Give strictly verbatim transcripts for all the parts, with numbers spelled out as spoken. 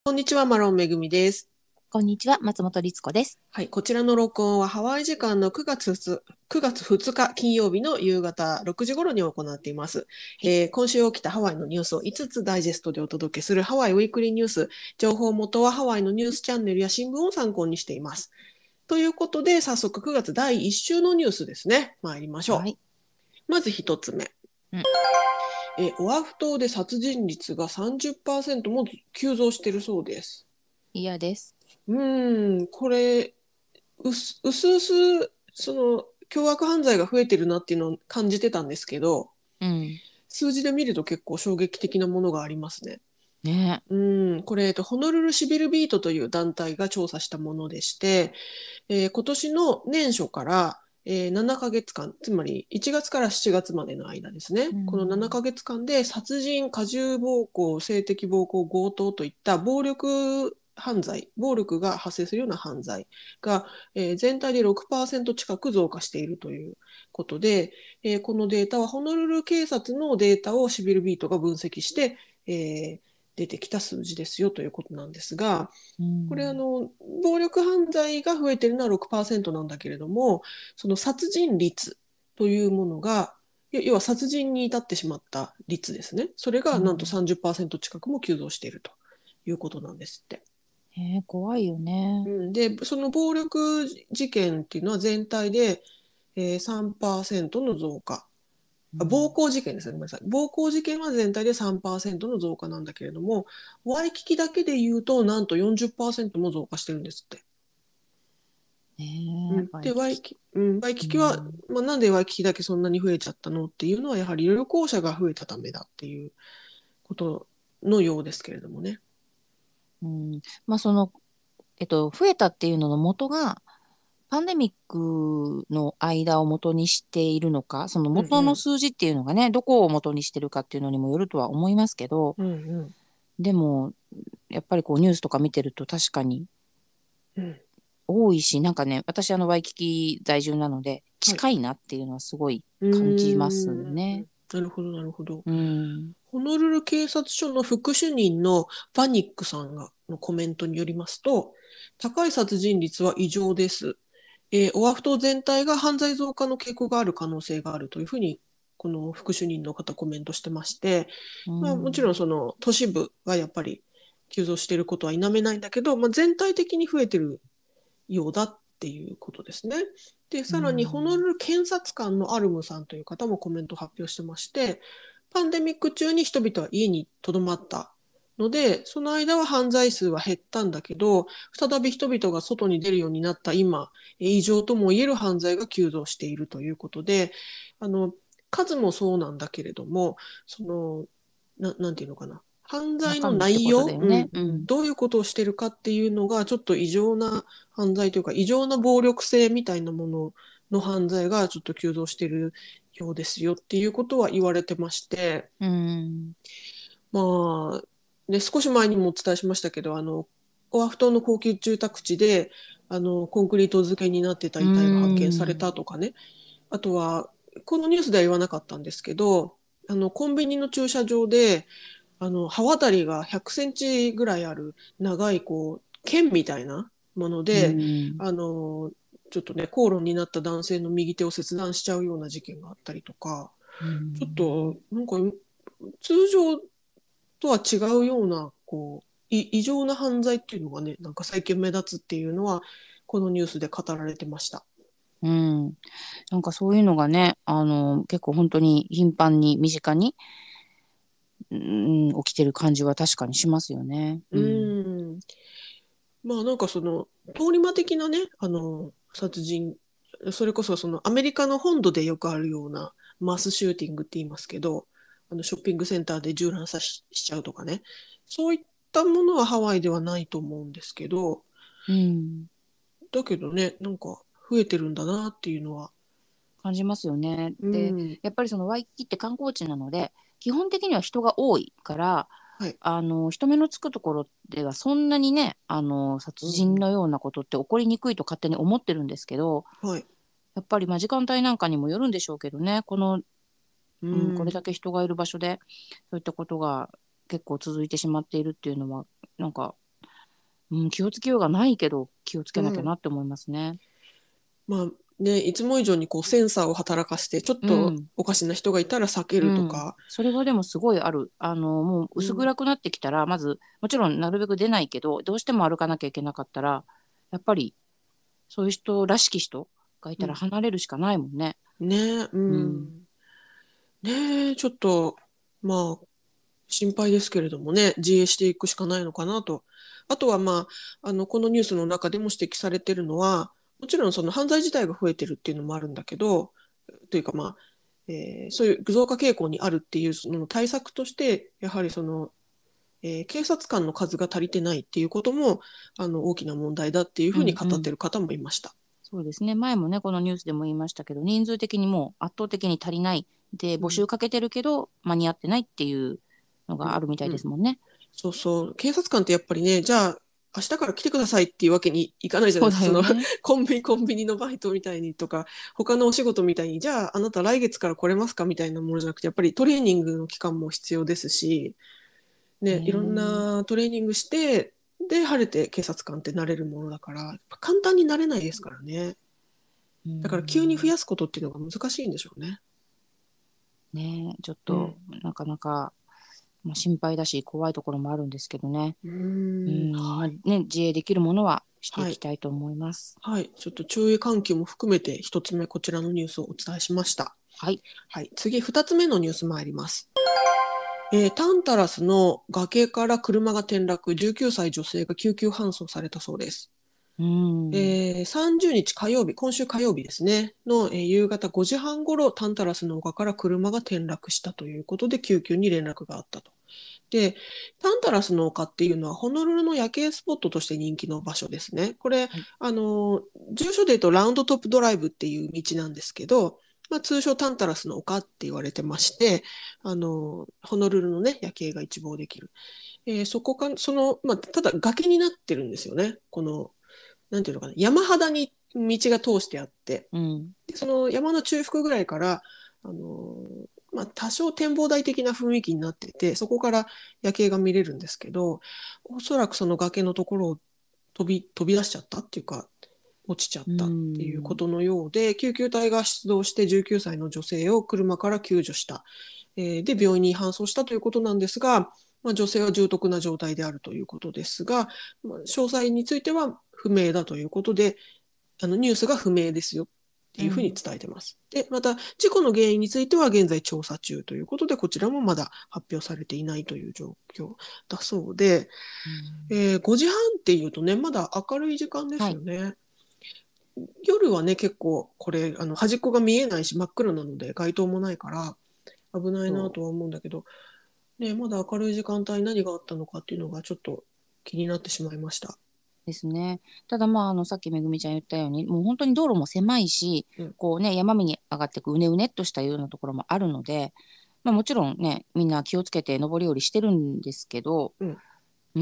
こんにちは、マロンめぐみです。 こんにちは、松本律子です。 はい、こちらの録音はハワイ時間のくがつふつか、くがつふつか金曜日の夕方ろくじ頃に行っています。 はい。 えー今週起きたハワイのニュースをいつつダイジェストでお届けするハワイウィークリーニュース。情報元はハワイのニュースチャンネルや新聞を参考にしています。ということで、早速くがつだいいっ週のニュースですね。参りましょはい。 う。まず一つ目。 うん。 えーオアフ島で殺人率がさんじゅっパーセントも急増しているそうです。 嫌です。 うーん、これ、うす、うすうす、その、凶悪犯罪が増えてるなっていうのを感じてたんですけど、 うん。 数字で見ると結構衝撃的なものがありますね。 ね。 うん、これ、えっと、ホノルルシビルビートという団体が調査したものでして、えー今年の年初から、えーななかげつかん、つまりいちがつからしちがつまでの間ですね。 うこの7 ん。 ヶ月間で殺人、過重暴行、性的暴行、強盗といった暴力犯罪、暴力が発生するような犯罪が、えー全体でろくパーセント近く増加しているということで、えーこのデータはホノルル警察のデータをシビルビートが分析して、えー出てきた数字ですよということなんですが、 うこれあん。 の、暴力犯罪が増えているのはろくパーセントなんだけれども、その殺人率というものが、要は殺人に至ってしまった率ですね。それがなんとうん。 さんじゅっパーセント近くも急増しているということなんですって。 えー、怖いよね。 うん、で、その暴力事件っていうのは全体で、えー、さんパーセントの増加。あ暴うん。 行事件ですね。ごめんなさい。暴行事件は全体でさんパーセントの増加なんだけれども、ワイキキだけで言うと、なんとよんじゅっパーセントも増加してるんですって。うねえ、 ん、で、 ワイキキ。 ワイキ、うん、ワイうキキは、 ん。 まあ、なんでワイキキだけそんなに増えちゃったのっていうのは、やはり旅行者が増えたためだっていうことのようですけれどもね。 うん。まあ、その、えっと、増えたっていうのの元が、パンデミックの間を元にしているのか、その元のうんうん。 数字っていうのがね、どこを元にしてるかっていうのにもよるとは思いますけど、 うんうん。 でも、やっぱりこうニュースとか見てると確かにうん。 多いし、なんかね、私あのワイキキ在住なので、 はい。 近いなっていうのはすごいうー感じますね。 ん。なるほど、なるほど。 うん。 ホノルル警察署の副主任のパニックさんがのコメントによりますと、高い殺人率は異常です。えーオアフ島全体が犯罪増加の傾向がある可能性があるというふうに、この副主任の方コメントしてまして、 うまあ、もちろんん。 その都市部がやっぱり急増していることは否めないんだけど、まあ、全体的に増えてるようだっていうことですね。で、 うさらにホノん。 ルル検察官のアルムさんという方もコメントを発表してまして、パンデミック中に人々は家に留まったので、その間は犯罪数は減ったんだけど、再び人々が外に出るようになった今、異常とも言える犯罪が急増しているということで、あの、数もそうなんだけれども、その、ななんていうのかな。犯罪の中身ってことだ内容、 よね。 うんうん、 うん。 どういうことをしてるかっていうのが、ちょっと異常な犯罪というか、異常な暴力性みたいなものの犯罪がちょっと急増しているようですよっていうことは言われてまして、 うん。 まあ、ね、少し前にもお伝えしましたけど、あの、オアフ島の高級住宅地で、あの、コンクリート漬けになってたう遺体が発見されん。 たとかね。あとは、このニュースでは言わなかったんですけど、あの、コンビニの駐車場で、あの、刃渡りがひゃくセンチぐらいある長い、こう、剣みたいなものうで、 ん。 あの、ちょっとね、口論になった男性の右手を切断しちゃうような事件があったりとか、 うちょっん。 と、なんか、通常とは違うような、こう、異常な犯罪っていうのがね、なんか最近目立つっていうのは、このニュースで語られてました。 うん。なんかそういうのがね、あの、結構本当に頻繁に身近に、うん、起きてる感じは確かにしますよね。 ううん。 ん。まあなんかその、通り魔的なね、あの、殺人、それこそそのアメリカの本土でよくあるようなマスシューティングって言いますけど、あのショッピングセンターで銃乱射し、しちゃうとかね、そういったものはハワイではないと思うんですけど、 うん。 だけどね、なんか増えてるんだなっていうのは、 感じますよね。 うで、 ん、 やっぱりそのワイキキって観光地なので、基本的には人が多いから、 はい、 あの、人目のつくところではそんなにね、あの、殺うん、 人のようなことって起こりにくいと勝手に思ってるんですけど、 はい、 やっぱりまあ時間帯なんかにもよるんでしょうけどね、この、 ううん、これん、 だけ人がいる場所で、そういったことが結構続いてしまっているっていうのは、なんかうん、気をつけようがないけど気をつけなきゃなって思いますね。 うん、まあね、いつも以上にこうセンサーを働かしてちょっとうんおかしな人がいたら避けうん、 るとか、 それはでもすごいある。あのもう薄暗くなってきたら、まずもちろんなるべく出ないけど、どうしても歩かなきゃいけなかったらやっぱりそういう人らしき人がいたら離れるしかないもんね。 うん、ね、ううん、 ん、ね、ちょっとまあ心配ですけれどもね、自衛していくしかないのかなと。あとはまあ、あのこのニュースの中でも指摘されているのは、もちろんその犯罪自体が増えてるっていうのもあるんだけど、というかまあ、えーそういう増加傾向にあるっていうその対策として、やはりその、えー警察官の数が足りてないっていうこともあの大きな問題だっていうふうに語っている方もいました。 そうですね。前もね、このニュースでも言いましたけど、人数的にもう圧倒的に足りない。で、募集かけてるけど、間に合ってないっていうのがあるみたいですもんね。 そうそう。警察官ってやっぱりね、じゃあ、明日から来てくださいっていうわけにいかないじゃなそういですか。その、 だよね。 コンビニ、コンビニのバイトみたいにとか、他のお仕事みたいに、じゃあ、あなた来月から来れますかみたいなものじゃなくて、やっぱりトレーニングの期間も必要ですし、ね、いろんねなトレーニングして、で、晴れて警察官ってなれるものだから、簡単になれないですからね。 うだから急に増ん。 やすことっていうのが難しいんでしょうね。 ねちょっと、 うん。 なかなか、まあ、心配だし、怖いところもあるんですけどね。 うーうん。 ん、まあはい。 ね、自衛できるものはしていはい。 きたいと思います。 はい。ちょっと注意喚起も含めて一つ目こちらのニュースをお伝えしました。 はい。 はい。次、二つ目のニュース参ります。えータンタラスの崖から車が転落、じゅうきゅうさい女性が救急搬送されたそうです。 うん。 えーさんじゅうにち火曜日、今週火曜日ですね、の、えー夕方ごじはんごろ、タンタラスの丘から車が転落したということで、救急に連絡があったと。で、タンタラスの丘っていうのは、ホノルルの夜景スポットとして人気の場所ですね。これ、 はい。 あの、住所で言うとラウンドトップドライブっていう道なんですけど、まあ、通称タンタラスの丘って言われてまして、あの、ホノルルのね、夜景が一望できる。えーそこか、その、まあ、ただ崖になってるんですよね。この、なんていうのかな、山肌に道が通してあって、 うん。 でその山の中腹ぐらいから、あのまあ、多少展望台的な雰囲気になってて、そこから夜景が見れるんですけど、おそらくその崖のところを飛び、飛び出しちゃったっていうか、落ちちゃっうたっていうこん。 とのようで、救急隊が出動してじゅうきゅうさいの女性を車から救助した。えーで、病院に搬送したということなんですが、まあ、女性は重篤な状態であるということですが、まあ、詳細については不明だということで、あのニュースが不明ですよっていうふうにうん。 伝えてます。で、また、事故の原因については現在調査中ということで、こちらもまだ発表されていないという状況だそうで、 うんえーごじはんっていうとね、まだ明るい時間ではい。 すよね。夜はね、結構これ、あの端っこが見えないし真っ暗なので街灯もないから危ないなそとは思うんだけど、ね、まだ明るい時間帯何があったのかっていうのがちょっと気になってしまいました。 うですね。ただまあ、あの、さっきめぐみちゃん言ったように、もう本当に道路も狭いし、 うん、 こうね、山に上がっていくうねうねっとしたようなところもあるので、まあもちろんね、みんな気をつけて上り下りしてるんですけど、 うん、 うん、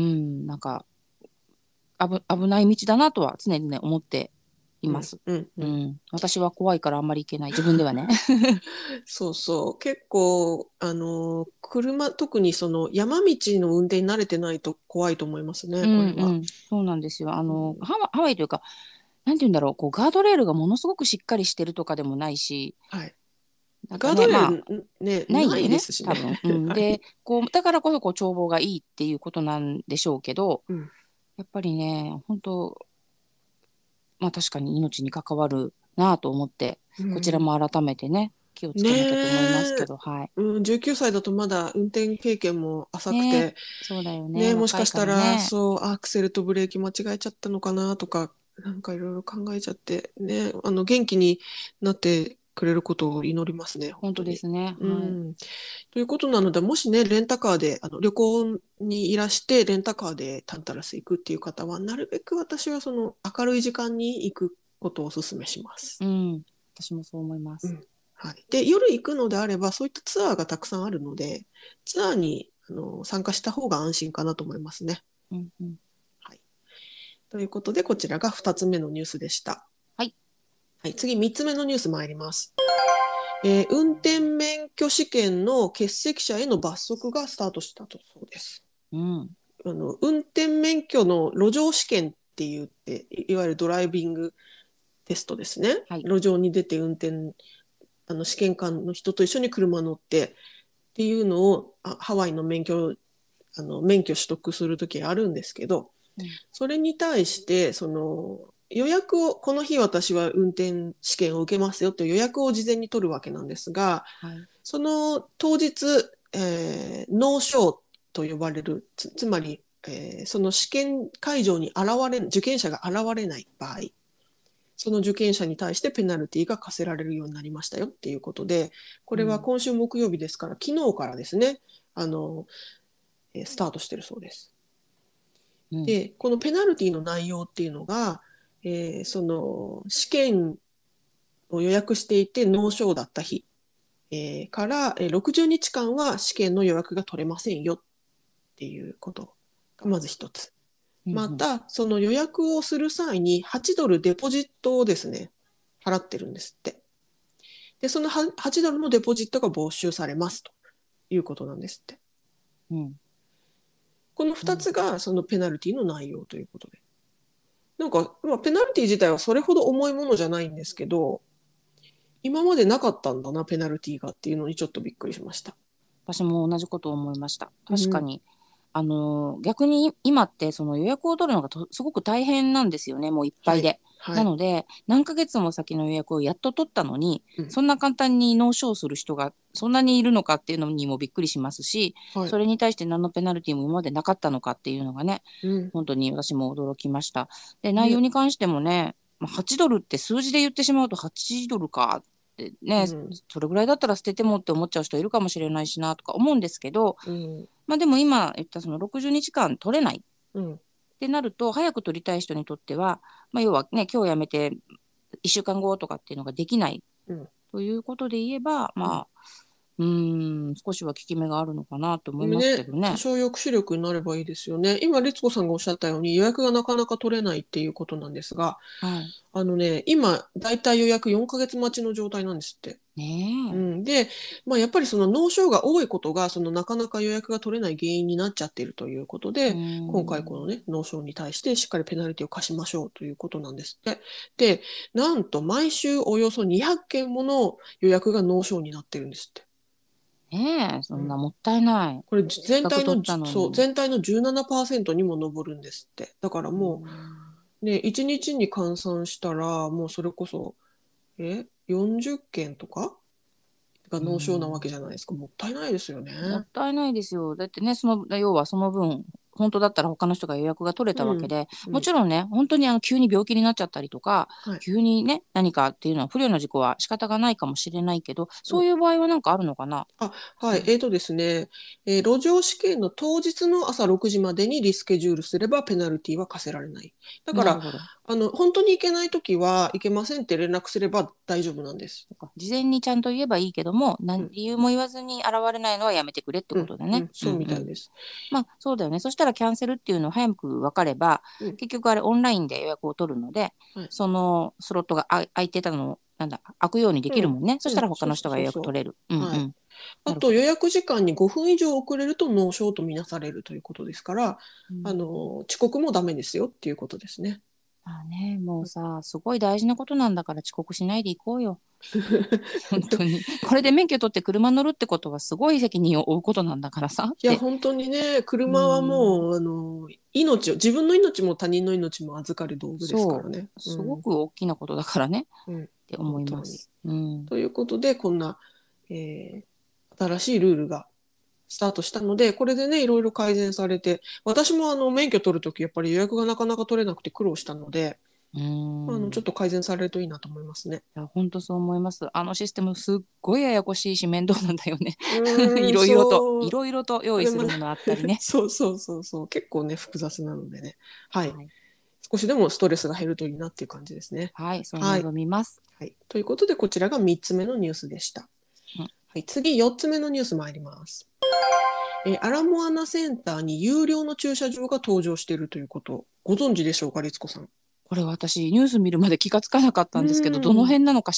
なんか危、危ない道だなとは常々思っていうん、 ます。 うん、うん。 うん。私は怖いからあんまり行けない。自分ではね。 そうそう。結構、あの、車、特にその山道の運転に慣れてないと怖いと思いますね、 うんこれは。 うん。そうなんですよ。あの、 うん、 ハワ、ハワイというか、なんて言うんだろう、こう、ガードレールがものすごくしっかりしてるとかでもないし、 はい。 なんかね、 ガードレーまあ、 ルね、ないないんだよね、 ですしね。 多分。うん。 はい。 で、こう、だからこそ、こう、眺望がいいっていうことなんでしょうけど、 うん、 やっぱりね、本当まあ確かに命に関わるなぁと思って、 うこちらん、 も改めてね、気をつねけなきゃと思いますけえ、 ど、はい。 うん、じゅうきゅうさいだとまだ運転経験も浅くねえ、 て、 そうだよね、 ね、もしかし若いかたら、 らね。 そう、アクセルとブレーキ間違えちゃったのかなとか、なんかいろいろ考えちゃって、ね、あの、元気になってくれることを祈りますね、本本当当に。 ですね、はい。 うん。ということなので、もしね、レンタカーで、あの、旅行にいらして、レンタカーでタンタラス行くっていう方は、なるべく私はその明るい時間に行くことをお勧めします。 うん、私もそう思います。 うん。はい。で、夜行くのであれば、そういったツアーがたくさんあるので、ツアーにあの参加した方が安心かなと思いますね。 うんうん。 はい。ということで、こちらがふたつめのニュースでした。 はい。 はい、次、みっつめのニュース参ります。えー運転免許試験の欠席者への罰則がスタートしたとそうです。 うん。 あの運転免許の路上試験って言って、いわゆるドライビングテストですね。 はい、 路上に出て運転、あの試験官の人と一緒に車乗ってっていうのを、あハワイの免許、あの免許取得するときあるんですけど、 うん、 それに対してその予約を、この日私は運転試験を受けますよという予約を事前に取るわけなんですが、 はい、 その当日、えー、ノーショーと呼ばれる、つ、つまり、えーその試験会場に現れ、受験者が現れない場合、その受験者に対してペナルティが課せられるようになりましたよっていうことで、これは今週木曜日ですから、昨日からですね、あの、えースタートしてるそうです。 うん、 で、このペナルティの内容っていうのが、えーその試験を予約していてノーショーだった日、えーからえーろくじゅうにちかんは試験の予約が取れませんよっていうことがまず一つ。 うん、 また、その予約をする際にはちドルデポジットをですね、払ってるんですって。で、そのはちドルのデポジットが没収されますということなんですって。 うん、 このふたつがそのペナルティの内容ということで。なんか、まあ、ペナルティ自体はそれほど重いものじゃないんですけど、今までなかったんだな、ペナルティがっていうのにちょっとびっくりしました。 私も同じことを思いました。 うん確かに、あのー逆に今ってその予約を取るのがとすごく大変なんですよね、もういっぱいで。 はい。 なので何ヶ月も先の予約をやっと取ったのに、 うんそんな簡単にノーショーする人がそんなにいるのかっていうのにもびっくりしますし、 はい。 それに対して何のペナルティも今までなかったのかっていうのがね、 うん。 本当に私も驚きました。で、内容ね。 に関してもね、まあはちドルって数字で言ってしまうとはちドルかってね、 うん。 それぐらいだったら捨ててもって思っちゃう人いるかもしれないしなとか思うんですけど、 うん。 まあでも今言ったそのろくじゅうにちかん取れないっうん。 てなると、早く取りたい人にとっては、まあ、要はね、今日やめていっしゅうかんごとかっていうのができないうん。 ということで言えば、まあ、うーん、少しは効き目があるのかなと思いますけね、 どね。 多少抑止力になればいいですよね。今、律子さんがおっしゃったように予約がなかなか取れないっていうことなんですが、 はい。 あのね、今、だいたい予約よんかげつ待ちの状態なんですって。うねん、で、まあ、やっぱりその脳症が多いことが、そのなかなか予約が取れない原因になっちゃっているということえ。うで、今回こーん。 のね、脳症に対してしっかりペナルティを課しましょうということなんですって。で、なんと毎週およそにひゃっけんもの予約が脳症になってるんですって。 ねえ、そうん、 んなもったいない。 これせっ全体の、 かく取ったのそう、 に。 全体のじゅうななパーセントにも上るんですって。だからうーもん。 う、ね、いちにちに換算したら、もうそれこそ、え、よんじゅっけんとかがうー脳症なわけん。 じゃないですか。もったいないですよね。 もったいないですよ。だってね、その、要はその分、本当だったら他の人が予約が取れたうん。 わけで、 うん。 もちろんね、本当にあの急に病気になっちゃったりとか、 はい。 急にね、何かっていうのは不慮の事故は仕方がないかもしれないけど、 うん。 そういう場合はなんかあるのかな。 あ、はい。 そう。 えーとですね、えー路上試験の当日の朝ろくじまでにリスケジュールすればペナルティは課せられない。だから、 なるほど。 あの、本当に行けないときは行けませんって連絡すれば大丈夫なんです。 そっか、事前にちゃんと言えばいいけども、 うん。 何理由も言わずに現れないのはやめてくれってうん。 ことだね。 うん。そううんうん。 みたいです。 まあそうだよね。そしたらキャンセルっていうのを早く分かれば、 うん。 結局あれオンラインで予約を取るので、 はい。 そのスロットがあ空いてたのを、なんだ、開くようにできうん。 るもんね。そしたらうん。そうそう他の人が予約そうそ取れる。うんう。はい。 うん。 あと予なるほど。 約時間にごふん以上遅れるとノーショーとみなされるということですから、 うん、 あの、遅刻もダメですよっていうことですね。 まあね、もうさ、すごい大事なことなんだから遅刻しないでいこうよ。本当に。これで免許取って車乗るってことはすごい責任を負うことなんだからさ。 いや、 で、 本当にね、 う車はん、 もう、あの、命を、自分の命も他人の命も預かる道具ですかそらね。 う、すごうん。 く大きなことだからねうん。 って思本当に。 います。うん。 ということで、こんな、えー新しいルールがスタートしたので、これでね、いろいろ改善されて、私もあの、免許取るとき、やっぱり予約がなかなか取れなくて苦労したので、 うあの、ちょっん。 と改善されるといいなと思いますね。 いや、本当そう思います。あのシステムすっごいややこしいし面倒なんだよね。 うーん、 いろいろと、いそう。 ろいろと用これまだ意するものあったりね。 そうそうそうそう。結構ね、複雑なのでね。はい。 はい。 少しでもストレスが減るといいなっていう感じですね。 はい、そうはい。 望みます。 はい。ということで、こちらがみっつめのニュースでした。 うん、 はい。次、よっつめのニュース参ります。えーアラモアナセンターに有料の駐車場が登場しているということ、ご存知でしょうか、律子さん。 これ私ニュース見るまで気がつかなかっうたんですけど、どのーん。 辺なのかしらん。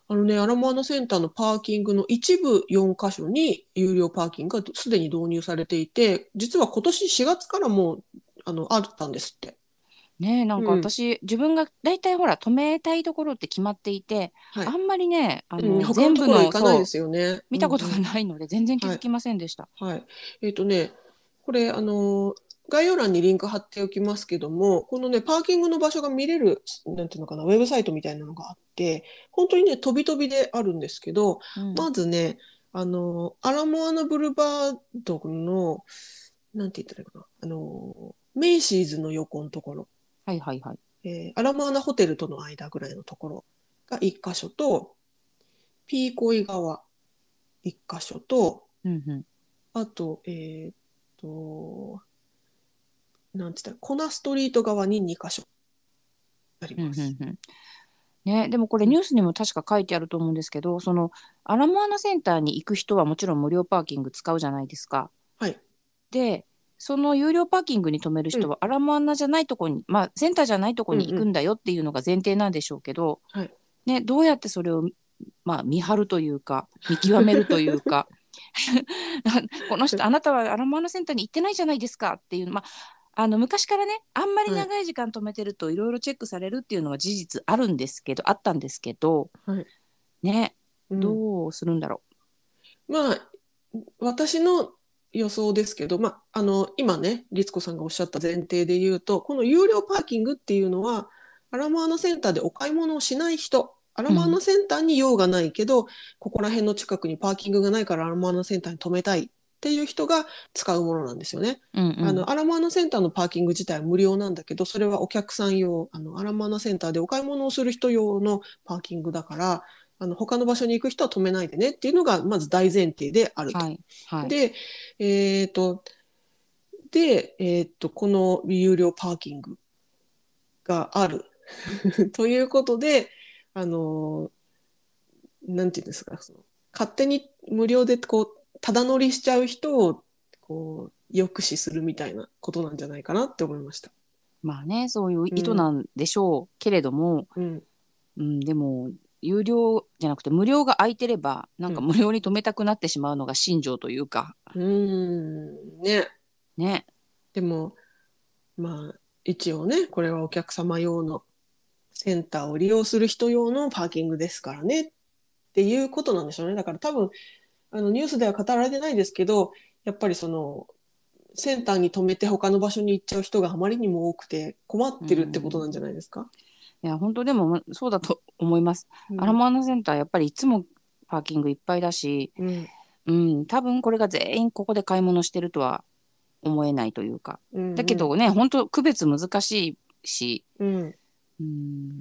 あのね、アラモアナセンターのパーキングの一部よんかしょに有料パーキングがすでに導入されていて、実は今年しがつからもうあのあったんですって。 ねえ、なんかうん。 私、自分が大体ほら、止めたいところって決まっていて、 はい。 あんまりね、あうん、 の、 他の全部の、 ところ行かないでそう、 すよね。 見たことがうんうん。 ないので、全然気はい。 づきませんでした。 はい。えっとね、これ、あの、概要欄にリンク貼っておきますけども、このね、パーキングの場所が見れる、なんていうのかな、ウェブサイトみたいなのがあって、本当にね、飛び飛びであるんですけど、 うん。 まずね、あの、アラモアナブルバードの、なんて言ったらいいかな、あの、メイシーズの横のところ、 はいはいはい。 えーアラモアナホテルとの間ぐらいのところがいっかしょと、ピーコイ川いっかしょと、 うんうん。 あと、えーっと、なんて言ったら、コナストリート側ににかしょありうんます。 うんうん。ね、でもこれうん、 ニュースにも確か書いてあると思うんですけど、そのアラモアナセンターに行く人はもちろん無料パーキング使うじゃないですか。 はい。 で、その有料パーキングに止めるうん、 人はアラモアナじゃないとこに、まあセンターじゃないとこうん、うん。 に行くんだよっていうのが前提なんでしょうけど、 はい。 ね、どうやってそれを、まあ、見張るというか、見極めるというか、この人、あなたはアラモアナセンターに行ってないじゃないですかっていう、まあ、あの昔からね、あんまりはい。 長い時間止めてるといろいろチェックされるっていうのは事実あるんですけど、あったんですけど、 はい。 ね、 うん。 どうするんだろまあ、私の予想ですけど、まあ、あの、今ね、律子さんがおっしゃった前提で言うと、この有料パーキングっていうのは、アラモアナセンターでお買い物をしない人、アラう。うん、 モアナセンターに用がないけど、ここら辺の近くにパーキングがないからアラモアナセンターに止めたいっていう人が使うものなんですよね。 うん、うん。 あの、アラモアナセンターのパーキング自体は無料なんだけど、それはお客さん用、あの、アラモアナセンターでお買い物をする人用のパーキングだから、あの、他の場所に行く人は止めないでねっていうのが、まず大前提であると。 はい、はい。 で、えっと、で、えっと、この有料パーキングがあるということで、あの、なんていうんですか、その勝手に無料でこう、ただ乗りしちゃう人を、こう、抑止するみたいなことなんじゃないかなって思いました。 まあね、そういううん、 意図なんでしょうけれども、 うん、 うん、でも、有料じゃなくて無料が空いてれば、なんかうん。 無料に止めたくなってしまうのが心情というか、 うーん、ね。 ね。 でも、まあ、一応ね、これはお客様用のセンターを利用する人用のパーキングですからねっていうことなんでしょうね。だから多分、あのニュースでは語られてないですけど、やっぱりその、センターに止めて他の場所に行っちゃう人があまりにも多くて困っうてるってことなんん。 じゃないですか。 いや、本当でもそうだと思います。 うん、 アラモアナセンター、やっぱりいつもパーキングいっぱいだし、 うん、 うん、多分これが全員ここで買い物してるとは思えないというか。 うん、うん。 だけどね、本当区別難しいし、 うん。 うん、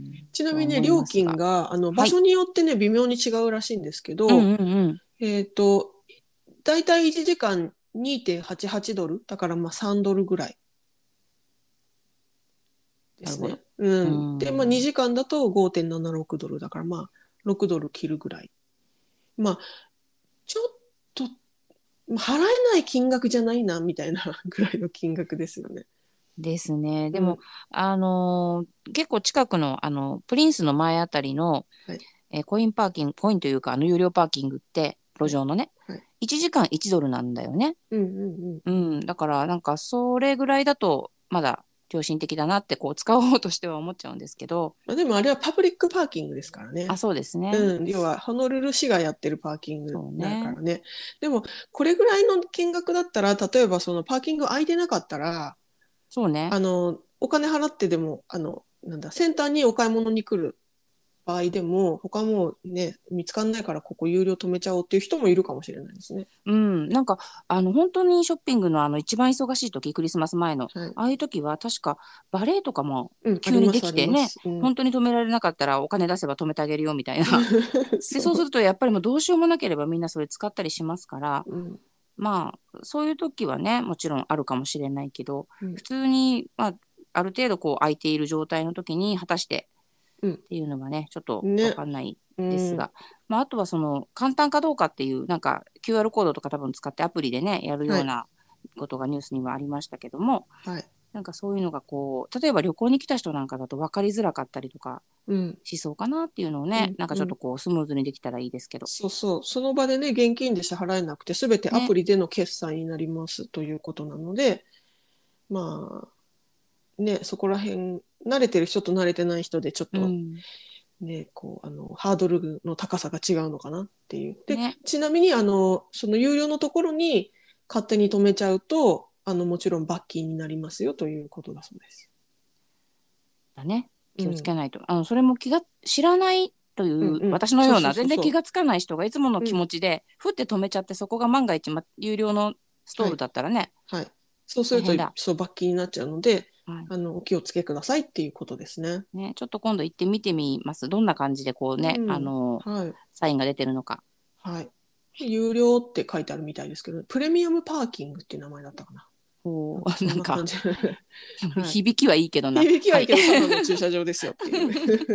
とは思ちなみにね、料いますが。 金が、あの、場はい。 所によってね、微妙に違うらしいんですけど、 うんうんうん。 えっと、だいたいいちじかんにてんはちはちドル、だからまあさんドルぐらいでなるほど。 すね。ううん。で、まあん。 にじかんだとごてんななろくドルだからまあろくドル切るぐらい。まあ、ちょっと払えない金額じゃないな、みたいなぐらいの金額ですよね。 ですね。でも、 うん。 あのー結構近くの、あの、プリンスの前あたりの、 はい。 えーコインパーキング、コインというか、あの、有料パーキングって、路はい。 上のね、 はい。 いちじかんいちドルなんだよね。 うんうんうん。 うん。だから、なんか、それぐらいだと、まだ良心的だなって、こう、使おうとしては思っちゃうんですけど、 まあ、でもあれはパブリックパーキングですからあ、 ね。 そうですね。 うん。要は、ホノルル市がやってるパーキングそうね。 だからね。でも、これぐらいの金額だったら、例えばそのパーキング空いてなかったら、 そうね。 あの、お金払ってでも、あの、なんだ、センターにお買い物に来る場合でも、他もうね、見つかんないからここ有料止めちゃおうっていう人もいるかもしれないですね。 うん。なんか、あの、本当にショッピングのあの、一番忙しい時、クリスマス前の、 はい。 ああいう時は、確か、バレエとかもうん、あ急にでります、あきてね、 ります。うん。 本当に止められなかったらお金出せば止めてあげるよみたいな。で、そうすそると、やっぱりもうどうしようもなければみんなそれ使ったりしますから、 う。うん。 まあ、そういう時はね、もちろんあるかもしれないけど、 うん。 普通に、まあ、ある程度こう空いている状態の時に果たしてうん。 っていうのはね、ちょっとわね。 かんないうん。 ですが、まあ、あとはその簡単かどうかっていう、なんか キューアール コードとか多分使ってアプリでね、やるよはい。 うなことがニュースにはありましたけども、 はい。 なんかそういうのがこう例えば旅行に来た人なんかだと分かりづらかったりとかうんしそうかなっていうのをね、 うんなんかちょっとこうスムーズにできたらいいですけど。 そうそう、その場でね、現金で支払えなくて、すべてアね。 プリでの決済になりますということなので、まあ、ね、そこら辺、慣れてる人と慣れてない人で、ちょっとうん。 ね、こう、あの、ハードルの高さが違うのかなっていう。で、 ね。 ちなみに、あの、その有料のところに勝手に止めちゃうと、あの、もちろん罰金になりますよということだそうです。 だね。気をつうん。 けないと。あのそれも気が知らないといううんうん。 私のようそうそうそうな全然気そがつかない人がいつものう。うん。 気持ちでふって止めちゃって、そこが万が一、ま、有料のストールはい。 だったらねはい。そうすると、 大変だ。 そう、罰金になっちゃうので、 はいあの、お気をつけくださいっていうことですね。 ね、ちょっと今度行って見てみます。どんな感じでこうね、あうん。 のはい。 サインが出てるのか。 はい。有料って書いてあるみたいですけど、プレミアムパーキングっていう名前だったかな。なおんかそんなんかな感じ。はい。 響きはいいけどな。 響きははい。 いいけど、ただの駐車場ですよっていう。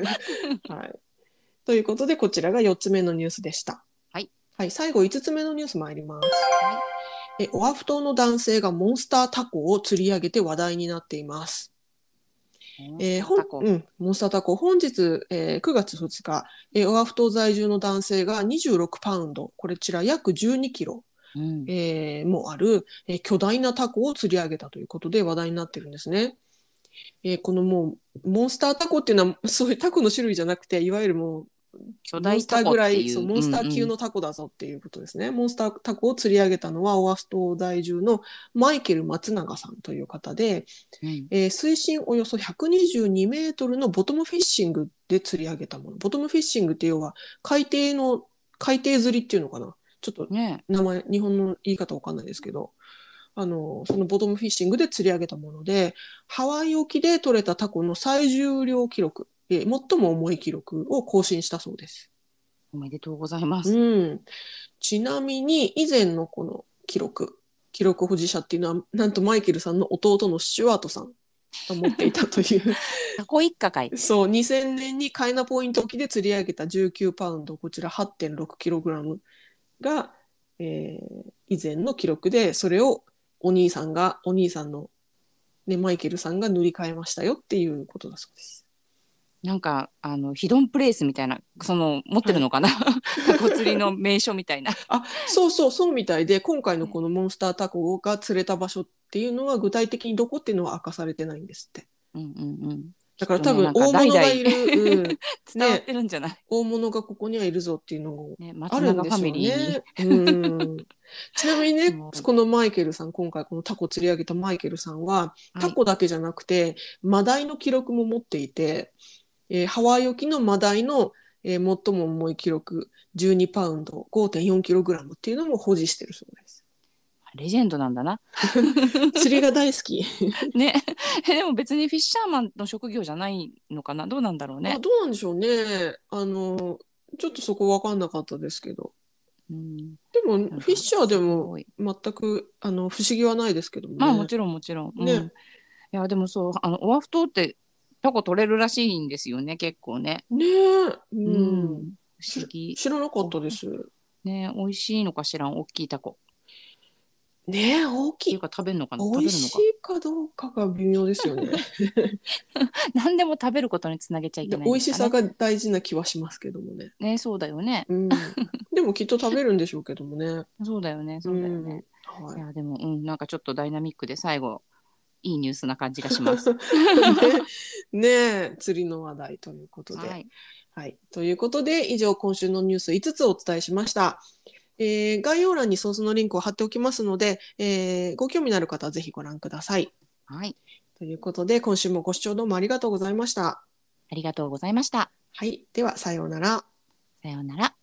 はい。ということで、こちらがよっつめのニュースでした。 はい。 はい。最後、いつつめのニュース参ります。 はい。 え、オアフ島の男性がモンスタータコを釣り上げて話題になっています。 モンスえー、ほん、 タータコ。 うん、モンスタータコ、本日、えーくがつふつか、えーオアフ島在住の男性がにじゅうろくパウンド、こちら約じゅうにキロ、 うん。 えーもある、えー巨大なタコを釣り上げたということで話題になってるんですね。えーこのもう、モンスタータコっていうのは、そういうタコの種類じゃなくて、いわゆるもう、 巨モンスタ大タコっーぐらい、そう、 ていう。 モンスターうんうん。 級のタコだぞっていうことですね。モンスタータコを釣り上げたのは、オアフ島在住のマイケル松永さんという方で、 うん。 えー水深およそひゃくにじゅうにメートルのボトムフィッシングで釣り上げたもの。ボトムフィッシングって要は海底の、海底釣りっていうのかな。ちょっとね。 名前、日本の言い方わかんないですけど、あの、そのボトムフィッシングで釣り上げたもので、ハワイ沖で取れたタコの最重量記録、えー最も重い記録を更新したそうです。 おめでとうございます。 うん。ちなみに以前のこの記録、記録保持者っていうのは、なんとマイケルさんの弟のスチュワートさんが持っていたというタコ一家かい。 そう、にせんねんにカイナポイント沖で釣り上げたじゅうきゅうパウンド、こちら はってんろくキログラム が、えー以前の記録で、それをお兄さんが、お兄さんの、ね、マイケルさんが塗り替えましたよっていうことだそうです。 なんかあのヒドンプレイスみたいな、その持ってはい。 るのかな。タコ釣りの名所みたいな。 あ、そうそう、そうみたいで、今回のこのモンスタータコが釣れた場所っていうのは、具体的にどこっていうのは明かされてないんですって。 うんうんうん。きっとね、 だから多分なんか大物代々 がいる、うん、 伝わっね、 てるんじゃない。 大物がここにはいるぞっていうのもね、 あ松永ファるんでしょうミリーに。 ね。うん。ちなみにね、 もこのマイケルさん、今回このタコ釣り上げたマイケルさんは、 う、はい。 タコだけじゃなくて、マダイの記録も持っていて、えーハワイ沖のマダイの、えー最も重い記録、じゅうにパウンド、ごてんよんキログラムっていうのも保持してるそうです。 レジェンドなんだな。 釣りが大好き。 ね。えでも別にフィッシャーマンの職業じゃないのかな。どうなんだろうあ、 ね。 どうなんでしょうね。あの、ちょっとそこ分かんなかったですけど。 うん。 でも、フなんかィッシャーでもすごい。 全く、あの、不思議はないですけどもね。 まあもちろんもちろん。うん。 ね。 いやでもそう、あのオアフ島ってタコ取れるらしいんですよね、結構ね。 ねえ。 ううん。 ん。不思し議。 知らなかっおたです。 ね、美味しいのかしらん、大きいタコ。 ねえ、大きい。 っていうか食べるのかな、 美味し食べるのか。 いかどうかが微妙ですよね。 何でも食べることにつなげちゃいけで、 ない美味んですかね。 しさが大事な気はしますけどもね。 ね、そうだよね。 うん。でもきっと食べるんでしょうけどもね。 そうだよね、 うそうだよん。 ね。 はい。 いや、でも、うん、なんかちょっとダイナミックで最後、いいニュースな感じがします。 ね、ねえ、釣りの話題ということで。 はい。 はい。ということで、以上今週のニュースいつつお伝えしました。えー概要欄にソースのリンクを貼っておきますので、えーご興味のある方はぜひご覧ください。 はい。 ということで、今週もご視聴どうもありがとうございました。 ありがとうございました。 はい。では、さようなら。 さようなら。